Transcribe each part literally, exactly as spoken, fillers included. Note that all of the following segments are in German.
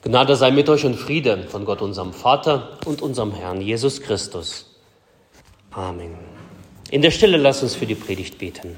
Gnade sei mit euch und Friede von Gott, unserem Vater und unserem Herrn Jesus Christus. Amen. In der Stille lasst uns für die Predigt beten.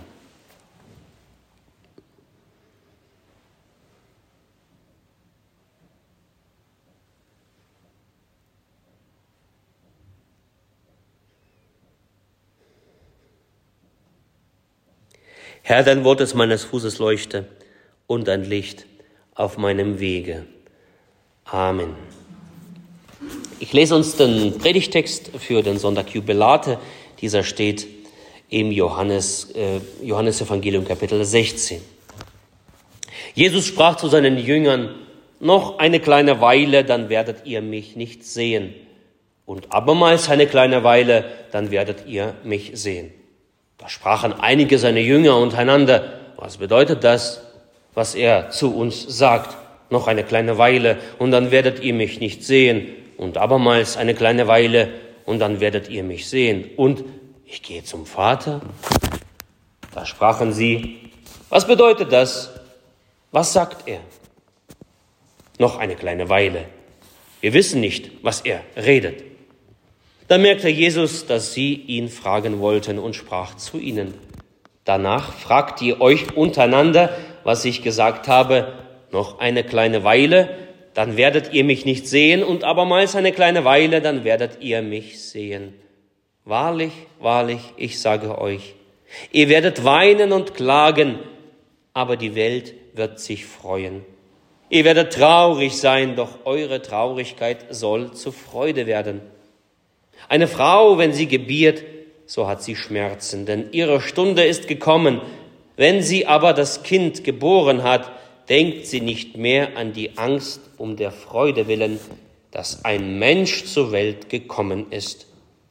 Herr, dein Wort ist meines Fußes Leuchte und ein Licht auf meinem Wege. Amen. Ich lese uns den Predigtext für den Sonntag Jubilate. Dieser steht im Johannes, äh, Johannesevangelium Kapitel sechzehn. Jesus sprach zu seinen Jüngern: Noch eine kleine Weile, dann werdet ihr mich nicht sehen. Und abermals eine kleine Weile, dann werdet ihr mich sehen. Da sprachen einige seiner Jünger untereinander: Was bedeutet das, was er zu uns sagt? Noch eine kleine Weile, und dann werdet ihr mich nicht sehen. Und abermals eine kleine Weile, und dann werdet ihr mich sehen. Und ich gehe zum Vater. Da sprachen sie: Was bedeutet das? Was sagt er? Noch eine kleine Weile. Wir wissen nicht, was er redet. Da merkte Jesus, dass sie ihn fragen wollten, und sprach zu ihnen: Danach fragt ihr euch untereinander, was ich gesagt habe. Noch eine kleine Weile, dann werdet ihr mich nicht sehen, und abermals eine kleine Weile, dann werdet ihr mich sehen. Wahrlich, wahrlich, ich sage euch, ihr werdet weinen und klagen, aber die Welt wird sich freuen. Ihr werdet traurig sein, doch eure Traurigkeit soll zur Freude werden. Eine Frau, wenn sie gebiert, so hat sie Schmerzen, denn ihre Stunde ist gekommen. Wenn sie aber das Kind geboren hat, denkt sie nicht mehr an die Angst um der Freude willen, dass ein Mensch zur Welt gekommen ist.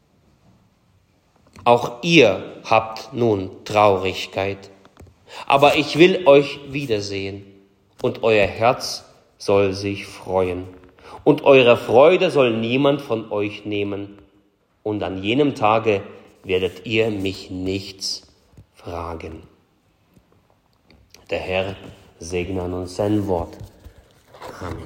Auch ihr habt nun Traurigkeit, aber ich will euch wiedersehen, und euer Herz soll sich freuen, und eure Freude soll niemand von euch nehmen. Und an jenem Tage werdet ihr mich nichts fragen. Der Herr segne an uns sein Wort. Amen.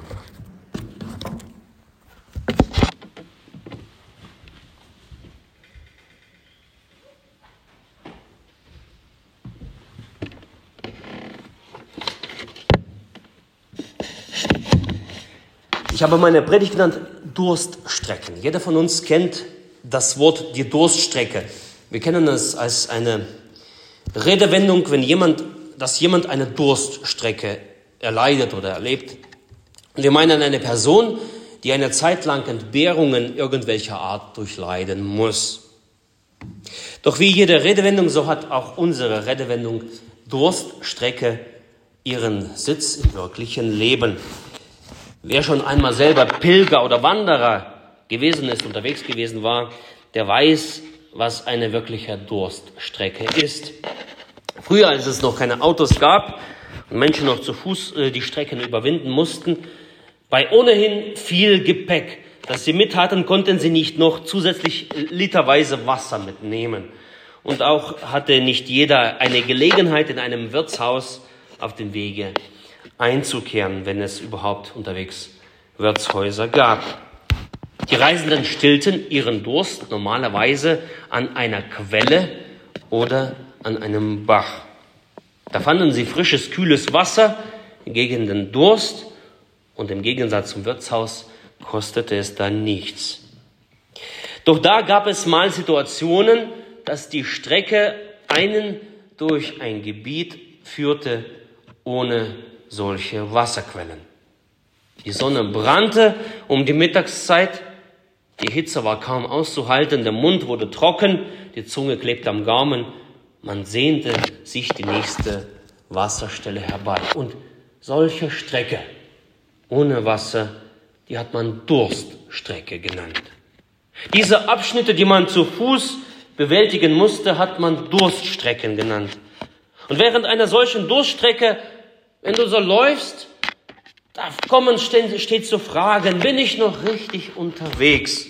Ich habe meine Predigt genannt Durststrecken. Jeder von uns kennt das Wort die Durststrecke. Wir kennen es als eine Redewendung, wenn jemand, dass jemand eine Durststrecke erleidet oder erlebt. Wir meinen eine Person, die eine Zeit lang Entbehrungen irgendwelcher Art durchleiden muss. Doch wie jede Redewendung, so hat auch unsere Redewendung Durststrecke ihren Sitz im wirklichen Leben. Wer schon einmal selber Pilger oder Wanderer gewesen ist, unterwegs gewesen war, der weiß, was eine wirkliche Durststrecke ist. Früher, als es noch keine Autos gab und Menschen noch zu Fuß äh, die Strecken überwinden mussten, bei ohnehin viel Gepäck, das sie mit hatten, konnten sie nicht noch zusätzlich literweise Wasser mitnehmen. Und auch hatte nicht jeder eine Gelegenheit, in einem Wirtshaus auf dem Wege einzukehren, wenn es überhaupt unterwegs Wirtshäuser gab. Die Reisenden stillten ihren Durst normalerweise an einer Quelle oder an einem Bach. Da fanden sie frisches, kühles Wasser gegen den Durst, und im Gegensatz zum Wirtshaus kostete es dann nichts. Doch da gab es mal Situationen, dass die Strecke einen durch ein Gebiet führte ohne solche Wasserquellen. Die Sonne brannte um die Mittagszeit, die Hitze war kaum auszuhalten, der Mund wurde trocken, die Zunge klebte am Gaumen, man sehnte sich die nächste Wasserstelle herbei. Und solche Strecke ohne Wasser, die hat man Durststrecke genannt. Diese Abschnitte, die man zu Fuß bewältigen musste, hat man Durststrecken genannt. Und während einer solchen Durststrecke, wenn du so läufst, da kommen stets so Fragen: Bin ich noch richtig unterwegs?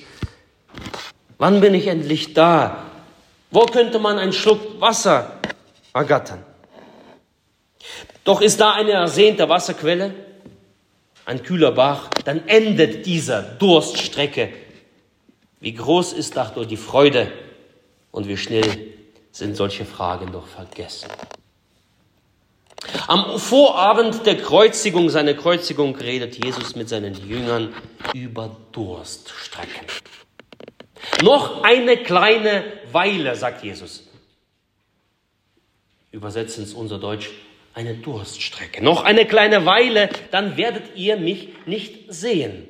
Wann bin ich endlich da? Wo könnte man einen Schluck Wasser ergattern? Doch ist da eine ersehnte Wasserquelle? ein kühler Bach, dann endet diese Durststrecke. Wie groß ist doch nur die Freude und wie schnell sind solche Fragen doch vergessen. Am Vorabend der Kreuzigung, seiner Kreuzigung, redet Jesus mit seinen Jüngern über Durststrecken. Noch eine kleine Weile, sagt Jesus. Übersetzen ins unser Deutsch, eine Durststrecke. Noch eine kleine Weile, dann werdet ihr mich nicht sehen.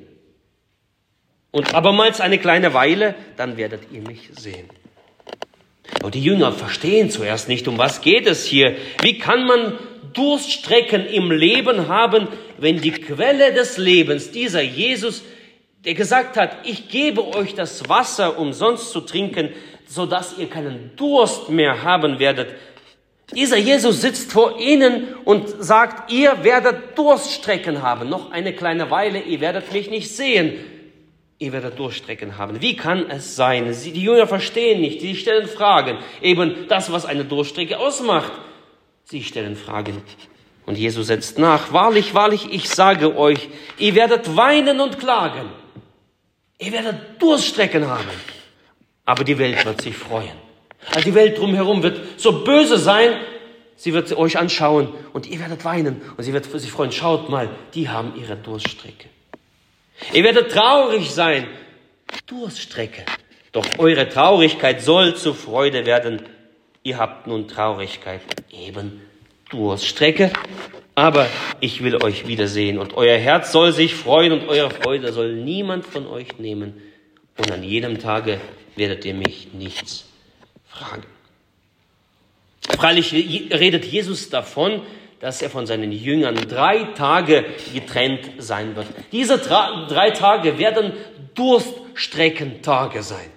Und abermals eine kleine Weile, dann werdet ihr mich sehen. Aber die Jünger verstehen zuerst nicht, um was geht es hier. Wie kann man Durststrecken im Leben haben, wenn die Quelle des Lebens, dieser Jesus, der gesagt hat, ich gebe euch das Wasser umsonst zu trinken, sodass ihr keinen Durst mehr haben werdet. Dieser Jesus sitzt vor ihnen und sagt, ihr werdet Durststrecken haben. Noch eine kleine Weile, ihr werdet mich nicht sehen. Ihr werdet Durststrecken haben. Wie kann es sein? Sie, die Jünger verstehen nicht. Sie stellen Fragen. Eben das, was eine Durststrecke ausmacht. Sie stellen Fragen. Und Jesus setzt nach. Wahrlich, wahrlich, ich sage euch, ihr werdet weinen und klagen. Ihr werdet Durststrecken haben. Aber die Welt wird sich freuen. Also die Welt drumherum wird so böse sein, sie wird euch anschauen und ihr werdet weinen. Und sie wird sich freuen. Schaut mal, die haben ihre Durststrecke. Ihr werdet traurig sein. Durststrecke. Doch eure Traurigkeit soll zur Freude werden. Ihr habt nun Traurigkeit, eben Durststrecke. Aber ich will euch wiedersehen und euer Herz soll sich freuen und eure Freude soll niemand von euch nehmen. Und an jedem Tage werdet ihr mich nichts fragen. Freilich redet Jesus davon, dass er von seinen Jüngern drei Tage getrennt sein wird. Diese drei Tage werden Durststreckentage sein.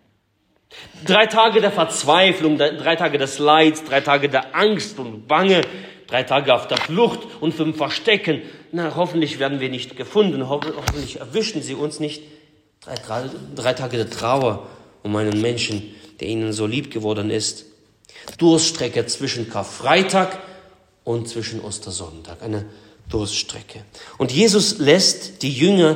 Drei Tage der Verzweiflung, drei Tage des Leids, drei Tage der Angst und Bange, drei Tage auf der Flucht und fünf Verstecken. Na, hoffentlich werden wir nicht gefunden, hoffentlich erwischen sie uns nicht. Drei, drei, drei Tage der Trauer um einen Menschen, der ihnen so lieb geworden ist. Durststrecke zwischen Karfreitag und zwischen Ostersonntag, eine Durststrecke. Und Jesus lässt die Jünger,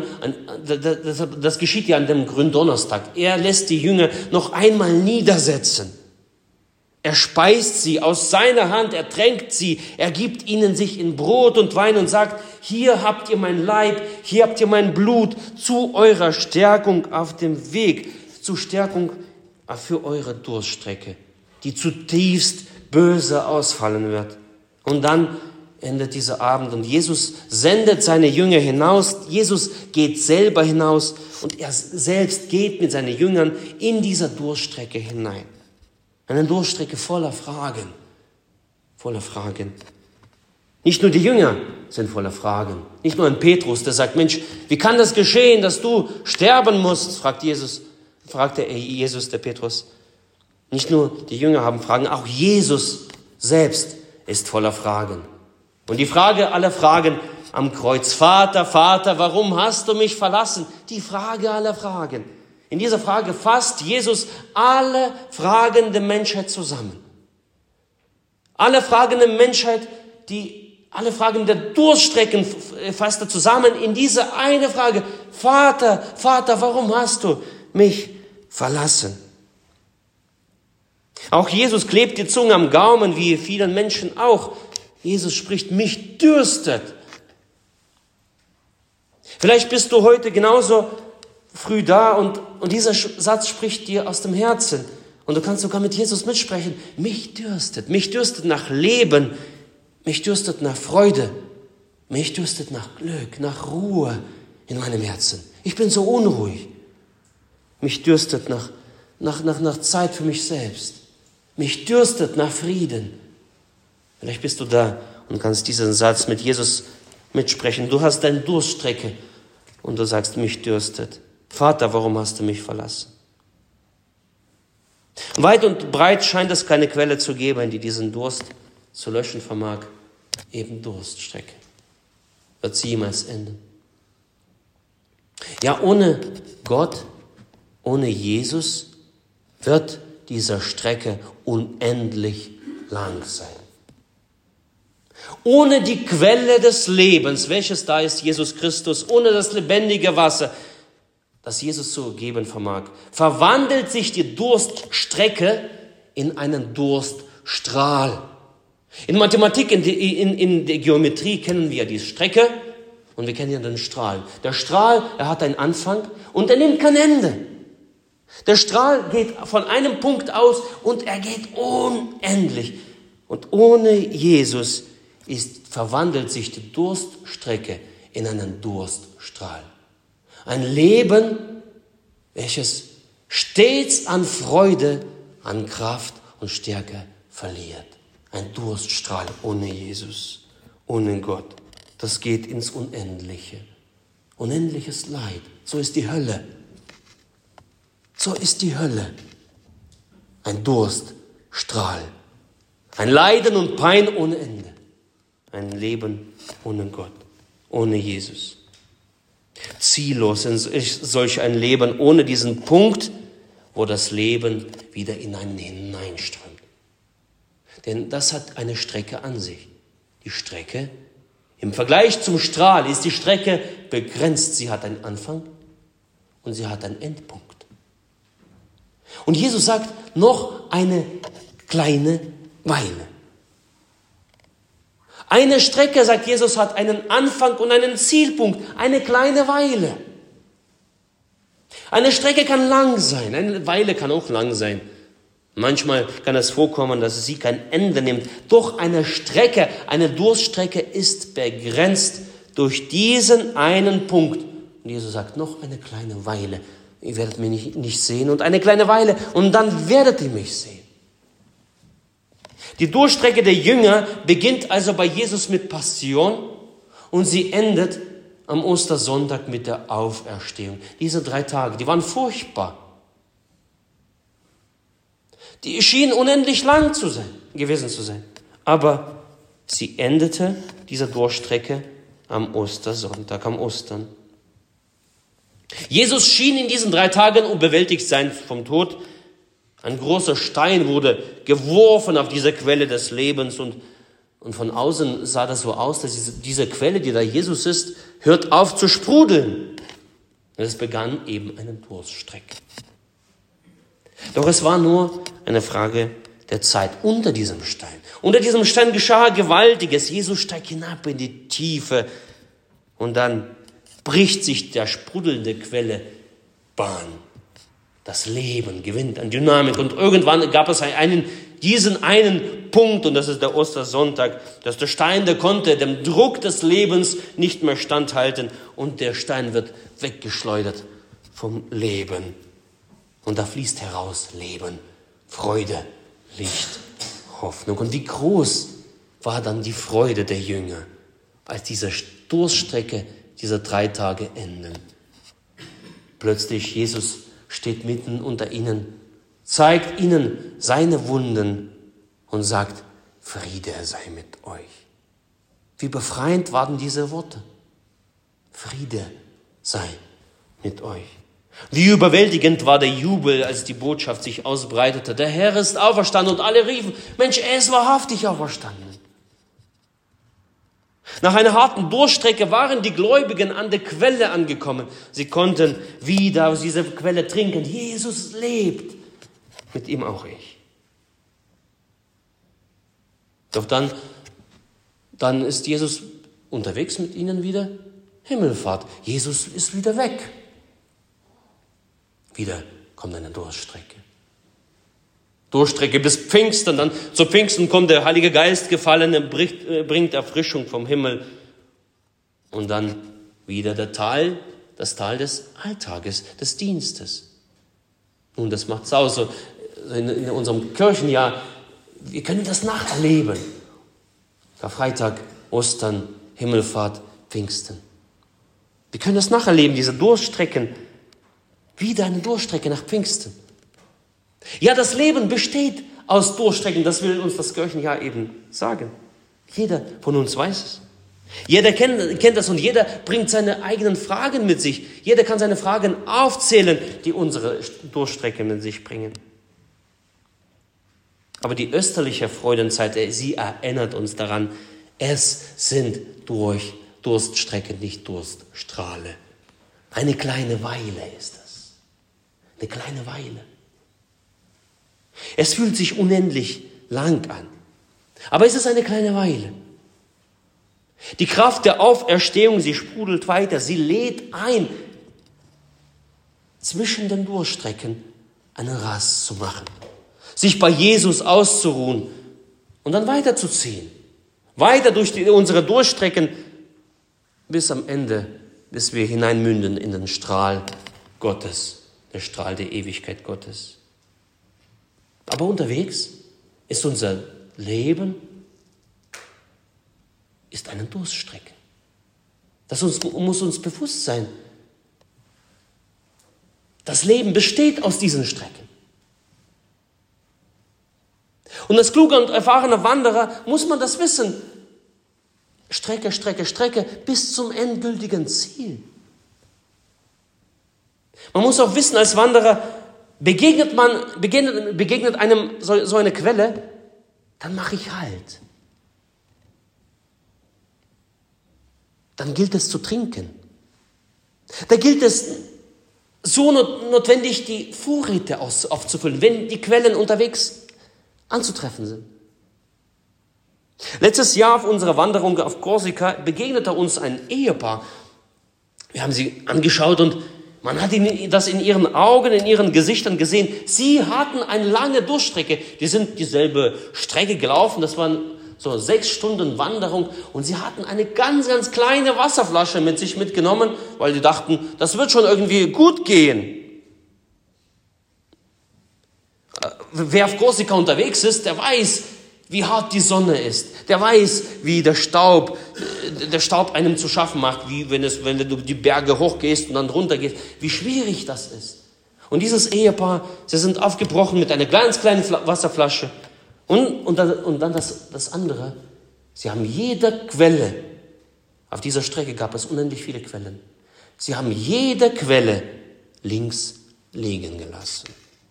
das geschieht ja an dem Gründonnerstag, er lässt die Jünger noch einmal niedersetzen. Er speist sie aus seiner Hand, er tränkt sie, er gibt ihnen sich in Brot und Wein und sagt, hier habt ihr mein Leib, hier habt ihr mein Blut zu eurer Stärkung auf dem Weg, zur Stärkung für eure Durststrecke, die zutiefst böse ausfallen wird. Und dann endet dieser Abend und Jesus sendet seine Jünger hinaus. Jesus geht selber hinaus und er selbst geht mit seinen Jüngern in dieser Durststrecke hinein. Eine Durststrecke voller Fragen, voller Fragen. Nicht nur die Jünger sind voller Fragen. Nicht nur ein Petrus, der sagt, Mensch, wie kann das geschehen, dass du sterben musst, fragt Jesus, fragte Jesus, der Petrus. Nicht nur die Jünger haben Fragen, auch Jesus selbst ist voller Fragen. Und die Frage aller Fragen am Kreuz, Vater, Vater, warum hast du mich verlassen? Die Frage aller Fragen. In dieser Frage fasst Jesus alle Fragen der Menschheit zusammen. Alle Fragen der Menschheit, die, alle Fragen der Durststrecken fasst er zusammen in diese eine Frage. Vater, Vater, warum hast du mich verlassen? Auch Jesus klebt die Zunge am Gaumen, wie vielen Menschen auch. Jesus spricht, mich dürstet. Vielleicht bist du heute genauso früh da und, und dieser Satz spricht dir aus dem Herzen. Und du kannst sogar mit Jesus mitsprechen. Mich dürstet, mich dürstet nach Leben, mich dürstet nach Freude, mich dürstet nach Glück, nach Ruhe in meinem Herzen. Ich bin so unruhig. Mich dürstet nach, nach, nach, nach Zeit für mich selbst. Mich dürstet nach Frieden. Vielleicht bist du da und kannst diesen Satz mit Jesus mitsprechen. Du hast deine Durststrecke und du sagst, mich dürstet. Vater, warum hast du mich verlassen? Weit und breit scheint es keine Quelle zu geben, die diesen Durst zu löschen vermag. Eben Durststrecke. Wird sie jemals enden? Ja, ohne Gott, ohne Jesus wird diese Strecke unendlich lang sein. Ohne die Quelle des Lebens, welches da ist, Jesus Christus, ohne das lebendige Wasser, das Jesus zu geben vermag, verwandelt sich die Durststrecke in einen Durststrahl. In Mathematik, in, die, in, in der Geometrie kennen wir die Strecke und wir kennen ja den Strahl. Der Strahl, er hat einen Anfang und er nimmt kein Ende. Der Strahl geht von einem Punkt aus und er geht unendlich. Und ohne Jesus ist, verwandelt sich die Durststrecke in einen Durststrahl. Ein Leben, welches stets an Freude, an Kraft und Stärke verliert. Ein Durststrahl ohne Jesus, ohne Gott. Das geht ins Unendliche. Unendliches Leid. So ist die Hölle. So ist die Hölle. Ein Durststrahl. Ein Leiden und Pein ohne Ende. Ein Leben ohne Gott, ohne Jesus. Ziellos ist solch ein Leben ohne diesen Punkt, wo das Leben wieder in einen hineinströmt. Denn das hat eine Strecke an sich. Die Strecke, im Vergleich zum Strahl, ist die Strecke begrenzt. Sie hat einen Anfang und sie hat einen Endpunkt. Und Jesus sagt, noch eine kleine Weile. Eine Strecke, sagt Jesus, hat einen Anfang und einen Zielpunkt, eine kleine Weile. Eine Strecke kann lang sein, eine Weile kann auch lang sein. Manchmal kann es vorkommen, dass sie kein Ende nimmt. Doch eine Strecke, eine Durststrecke ist begrenzt durch diesen einen Punkt. Und Jesus sagt, noch eine kleine Weile. Ihr werdet mich nicht, nicht sehen und eine kleine Weile und dann werdet ihr mich sehen. Die Durststrecke der Jünger beginnt also bei Jesus mit Passion und sie endet am Ostersonntag mit der Auferstehung. Diese drei Tage, die waren furchtbar. Die schienen unendlich lang zu sein, gewesen zu sein. Aber sie endete, diese Durststrecke, am Ostersonntag, am Ostern. Jesus schien in diesen drei Tagen unbewältigt sein vom Tod. Ein großer Stein wurde geworfen auf diese Quelle des Lebens und, und von außen sah das so aus, dass diese, diese Quelle, die da Jesus ist, hört auf zu sprudeln. Und es begann eben eine Durststrecke. Doch es war nur eine Frage der Zeit unter diesem Stein. Unter diesem Stein geschah Gewaltiges. Jesus steigt hinab in die Tiefe und dann bricht sich der sprudelnde Quelle Bahn. Das Leben gewinnt an Dynamik und irgendwann gab es einen, diesen einen Punkt und das ist der Ostersonntag, dass der Stein, der konnte dem Druck des Lebens nicht mehr standhalten und der Stein wird weggeschleudert vom Leben. Und da fließt heraus Leben, Freude, Licht, Hoffnung. Und wie groß war dann die Freude der Jünger, als diese Durststrecke dieser drei Tage enden. Plötzlich Jesus steht mitten unter ihnen, zeigt ihnen seine Wunden und sagt, Friede sei mit euch. Wie befreiend waren diese Worte. Friede sei mit euch. Wie überwältigend war der Jubel, als die Botschaft sich ausbreitete. Der Herr ist auferstanden und alle riefen, Mensch, er ist wahrhaftig auferstanden. Nach einer harten Durststrecke waren die Gläubigen an der Quelle angekommen. Sie konnten wieder aus dieser Quelle trinken. Jesus lebt. Mit ihm auch ich. Doch dann, dann ist Jesus unterwegs mit ihnen wieder. Himmelfahrt. Jesus ist wieder weg. Wieder kommt eine Durststrecke. Durchstrecke bis Pfingsten, dann zu Pfingsten kommt der Heilige Geist gefallen, er bringt Erfrischung vom Himmel. Und dann wieder der Tal, das Tal des Alltages, des Dienstes. Nun, das macht es auch so in, in unserem Kirchenjahr. Wir können das nacherleben. Karfreitag, Ostern, Himmelfahrt, Pfingsten. Wir können das nacherleben, diese Durststrecken. Wieder eine Durststrecke nach Pfingsten. Ja, das Leben besteht aus Durststrecken, das will uns das Kirchenjahr eben sagen. Jeder von uns weiß es. Jeder kennt, kennt das und jeder bringt seine eigenen Fragen mit sich. Jeder kann seine Fragen aufzählen, die unsere Durststrecke mit sich bringen. Aber die österliche Freudenzeit, sie erinnert uns daran, Es sind durch Durststrecken, nicht Durststrahle. Eine kleine Weile ist es. Eine kleine Weile. Es fühlt sich unendlich lang an. Aber es ist eine kleine Weile. Die Kraft der Auferstehung, sie sprudelt weiter. Sie lädt ein, zwischen den Durststrecken einen Rast zu machen. Sich bei Jesus auszuruhen und dann weiterzuziehen. Weiter durch die, unsere Durststrecken bis am Ende, bis wir hineinmünden in den Strahl Gottes, der Strahl der Ewigkeit Gottes. Aber unterwegs ist unser Leben ist eine Durststrecke. Das uns, muss uns bewusst sein. Das Leben besteht aus diesen Strecken. Und als kluger und erfahrener Wanderer muss man das wissen. Strecke, Strecke, Strecke bis zum endgültigen Ziel. Man muss auch wissen, als Wanderer, begegnet man, begegnet, begegnet einem so, so eine Quelle, dann mache ich Halt. Dann gilt es zu trinken. Da gilt es so notwendig, die Vorräte aufzufüllen, wenn die Quellen unterwegs anzutreffen sind. Letztes Jahr auf unserer Wanderung auf Korsika begegnete uns ein Ehepaar. Wir haben sie angeschaut und man hat das in ihren Augen, in ihren Gesichtern gesehen. Sie hatten eine lange Durststrecke. Die sind dieselbe Strecke gelaufen. Das waren so sechs Stunden Wanderung. Und sie hatten eine ganz, ganz kleine Wasserflasche mit sich mitgenommen, weil sie dachten, das wird schon irgendwie gut gehen. Wer auf Korsika unterwegs ist, der weiß, wie hart die Sonne ist. Der weiß, wie der Staub, der Staub einem zu schaffen macht, wie wenn, es, wenn du die Berge hochgehst und dann runter gehst, wie schwierig das ist. Und dieses Ehepaar, sie sind aufgebrochen mit einer ganz kleinen Wasserflasche. Und, und dann, und dann das, das andere, sie haben jede Quelle, auf dieser Strecke gab es unendlich viele Quellen, sie haben jede Quelle links liegen gelassen.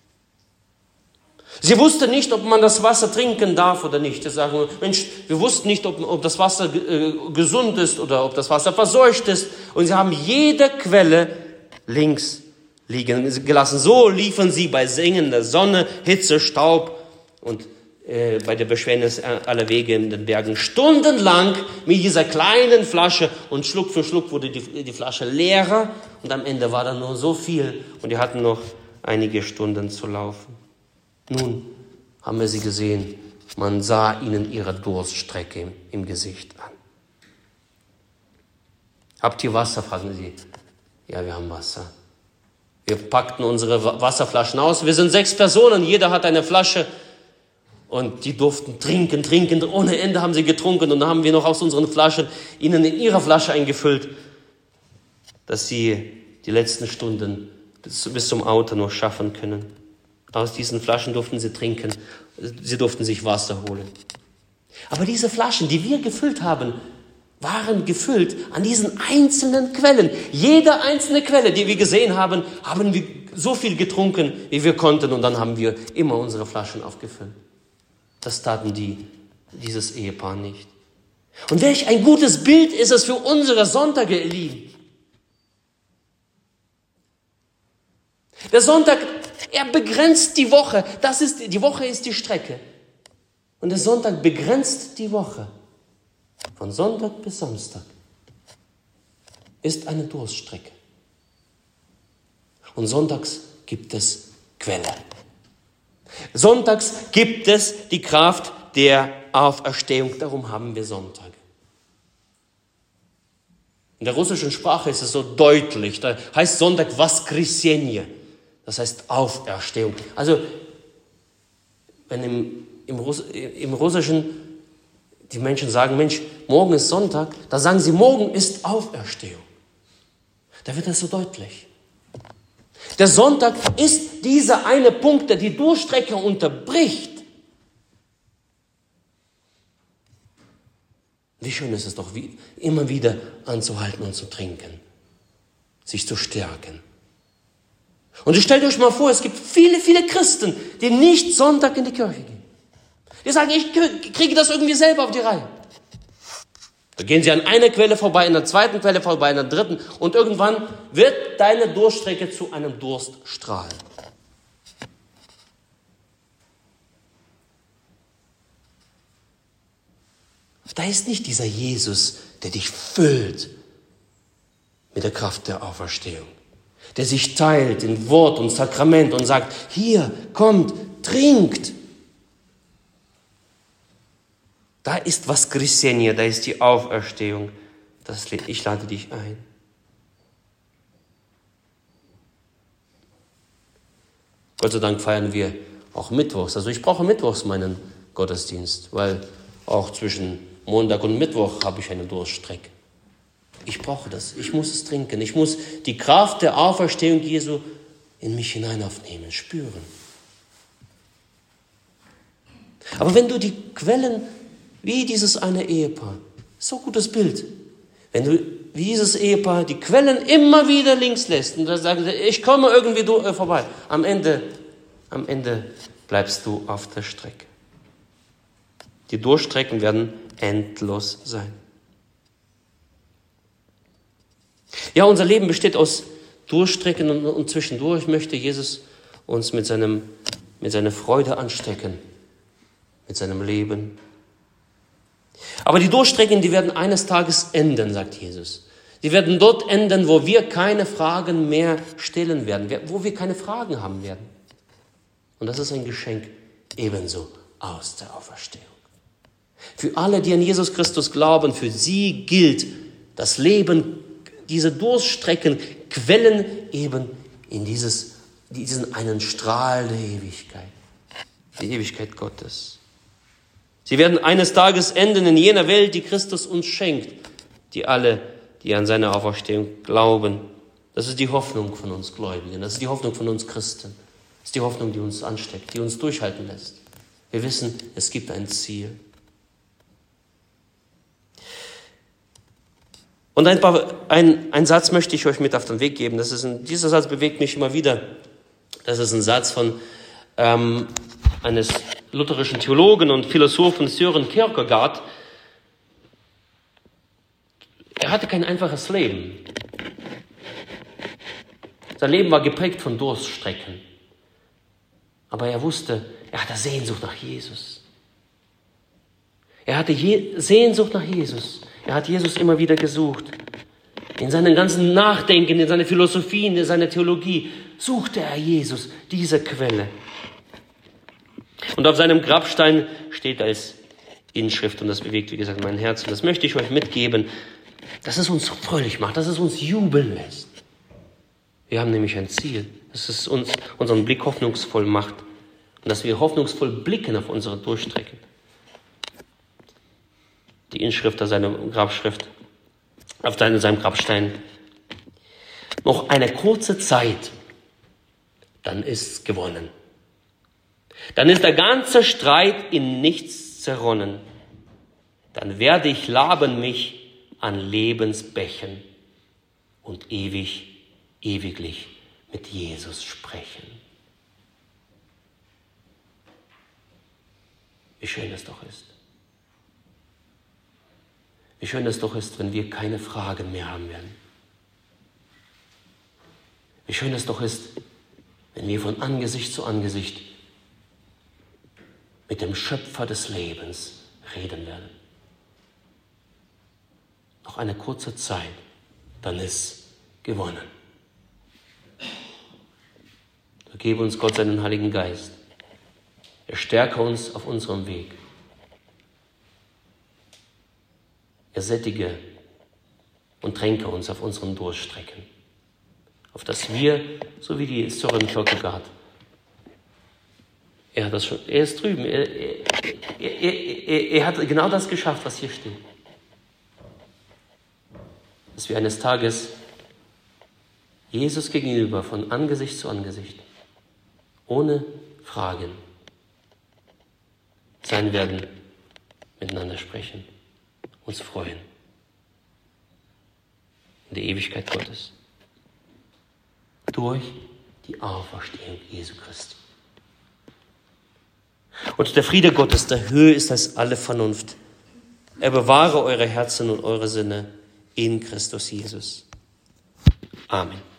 Sie wussten nicht, ob man das Wasser trinken darf oder nicht. Sie sagen, Mensch, wir wussten nicht, ob, ob das Wasser äh, gesund ist oder ob das Wasser verseucht ist. Und sie haben jede Quelle links liegen gelassen. So liefen sie bei sengender Sonne, Hitze, Staub und äh, bei der Beschwernis aller Wege in den Bergen stundenlang mit dieser kleinen Flasche. Und Schluck für Schluck wurde die, die Flasche leerer. Und am Ende war da nur so viel. Und die hatten noch einige Stunden zu laufen. Nun haben wir sie gesehen, man sah ihnen ihre Durststrecke im, im Gesicht an. Habt ihr Wasser, fragen sie. Ja, wir haben Wasser. Wir packten unsere Wasserflaschen aus. Wir sind sechs Personen, jeder hat eine Flasche. Und die durften trinken, trinken. Ohne Ende haben sie getrunken. Und dann haben wir noch aus unseren Flaschen ihnen in ihre Flasche eingefüllt, dass sie die letzten Stunden bis, bis zum Auto noch schaffen können. Aus diesen Flaschen durften sie trinken, sie durften sich Wasser holen. Aber diese Flaschen, die wir gefüllt haben, waren gefüllt an diesen einzelnen Quellen. Jede einzelne Quelle, die wir gesehen haben, haben wir so viel getrunken, wie wir konnten. Und dann haben wir immer unsere Flaschen aufgefüllt. Das taten die, dieses Ehepaar nicht. Und welch ein gutes Bild ist es für unsere Sonntage, ihr Lieben. Der Sonntag, er begrenzt die Woche. Das ist, die Woche ist die Strecke. Und der Sonntag begrenzt die Woche. Von Sonntag bis Samstag ist eine Durststrecke. Und sonntags gibt es Quelle. Sonntags gibt es die Kraft der Auferstehung. Darum haben wir Sonntag. In der russischen Sprache ist es so deutlich. Da heißt Sonntag Воскресенье. Das heißt Auferstehung. Also, wenn im, im, Russ, im Russischen die Menschen sagen, Mensch, morgen ist Sonntag, da sagen sie, morgen ist Auferstehung. Da wird das so deutlich. Der Sonntag ist dieser eine Punkt, der die Durststrecke unterbricht. Wie schön ist es doch, wie, immer wieder anzuhalten und zu trinken, sich zu stärken. Und stellt euch mal vor, es gibt viele, viele Christen, die nicht Sonntag in die Kirche gehen. Die sagen, ich kriege das irgendwie selber auf die Reihe. Da gehen sie an einer Quelle vorbei, an der zweiten Quelle vorbei, an der dritten. Und irgendwann wird deine Durststrecke zu einem Durststrahl. Da ist nicht dieser Jesus, der dich füllt mit der Kraft der Auferstehung, der sich teilt in Wort und Sakrament und sagt, hier, kommt, trinkt. Da ist Воскресение, da ist die Auferstehung. Das, ich lade dich ein. Gott sei Dank feiern wir auch Mittwochs. Also ich brauche Mittwochs meinen Gottesdienst, weil auch zwischen Montag und Mittwoch habe ich eine Durststrecke. Ich brauche das. Ich muss es trinken. Ich muss die Kraft der Auferstehung Jesu in mich hinein aufnehmen, spüren. Aber wenn du die Quellen, wie dieses eine Ehepaar, so gutes Bild, wenn du wie dieses Ehepaar die Quellen immer wieder links lässt und dann sagen, ich komme irgendwie vorbei, am Ende, am Ende bleibst du auf der Strecke. Die Durststrecken werden endlos sein. Ja, unser Leben besteht aus Durststrecken und, und zwischendurch möchte Jesus uns mit, seinem, mit seiner Freude anstecken, mit seinem Leben. Aber die Durststrecken, die werden eines Tages enden, sagt Jesus. Die werden dort enden, wo wir keine Fragen mehr stellen werden, wo wir keine Fragen haben werden. Und das ist ein Geschenk ebenso aus der Auferstehung. Für alle, die an Jesus Christus glauben, für sie gilt das Leben, diese Durststrecken, Quellen eben in dieses, diesen einen Strahl der Ewigkeit, die Ewigkeit Gottes. Sie werden eines Tages enden in jener Welt, die Christus uns schenkt, die alle, die an seine Auferstehung glauben. Das ist die Hoffnung von uns Gläubigen, das ist die Hoffnung von uns Christen, das ist die Hoffnung, die uns ansteckt, die uns durchhalten lässt. Wir wissen, es gibt ein Ziel. Und ein, paar, ein, ein Satz möchte ich euch mit auf den Weg geben. Das ist ein, dieser Satz bewegt mich immer wieder. Das ist ein Satz von ähm, eines lutherischen Theologen und Philosophen Søren Kierkegaard. Er hatte kein einfaches Leben. Sein Leben war geprägt von Durststrecken. Aber er wusste, er hatte Sehnsucht nach Jesus. Er hatte Je- Sehnsucht nach Jesus. Er hat Jesus immer wieder gesucht. In seinem ganzen Nachdenken, in seiner Philosophie, in seiner Theologie suchte er Jesus, diese Quelle. Und auf seinem Grabstein steht als Inschrift, und das bewegt, wie gesagt, mein Herz, und das möchte ich euch mitgeben, dass es uns fröhlich macht, dass es uns jubeln lässt. Wir haben nämlich ein Ziel, dass es uns unseren Blick hoffnungsvoll macht und dass wir hoffnungsvoll blicken auf unsere Durchstrecken. Die Inschrift auf seiner Grabschrift, auf seinem Grabstein. Noch eine kurze Zeit, dann ist's gewonnen. Dann ist der ganze Streit in nichts zerronnen. Dann werde ich laben mich an Lebensbächen und ewig, ewiglich mit Jesus sprechen. Wie schön es doch ist. Wie schön es doch ist, wenn wir keine Fragen mehr haben werden. Wie schön es doch ist, wenn wir von Angesicht zu Angesicht mit dem Schöpfer des Lebens reden werden. Noch eine kurze Zeit, dann ist gewonnen. So gebe uns Gott seinen Heiligen Geist. Er stärke uns auf unserem Weg. Er sättige und tränke uns auf unseren Durststrecken, auf dass wir, so wie die Søren Kierkegaard, er hat das schon, er ist drüben, er, er, er, er, er hat genau das geschafft, was hier steht. Dass wir eines Tages Jesus gegenüber von Angesicht zu Angesicht, ohne Fragen, sein werden, miteinander sprechen, uns freuen. In der Ewigkeit Gottes. Durch die Auferstehung Jesu Christi. Und der Friede Gottes, der höher ist als alle Vernunft, Er bewahre eure Herzen und eure Sinne in Christus Jesus. Amen.